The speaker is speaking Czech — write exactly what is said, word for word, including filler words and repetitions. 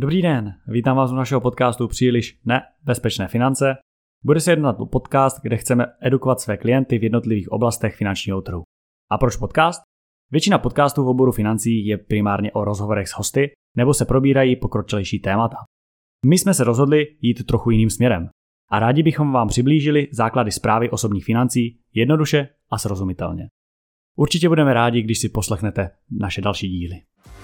Dobrý den, vítám vás u našeho podcastu Příliš nebezpečné finance. Bude se jednat o podcast, kde chceme edukovat své klienty v jednotlivých oblastech finančního trhu. A proč podcast? Většina podcastů v oboru financí je primárně o rozhovorech s hosty nebo se probírají pokročilejší témata. My jsme se rozhodli jít trochu jiným směrem a rádi bychom vám přiblížili základy správy osobních financí jednoduše a srozumitelně. Určitě budeme rádi, když si poslechnete naše další díly.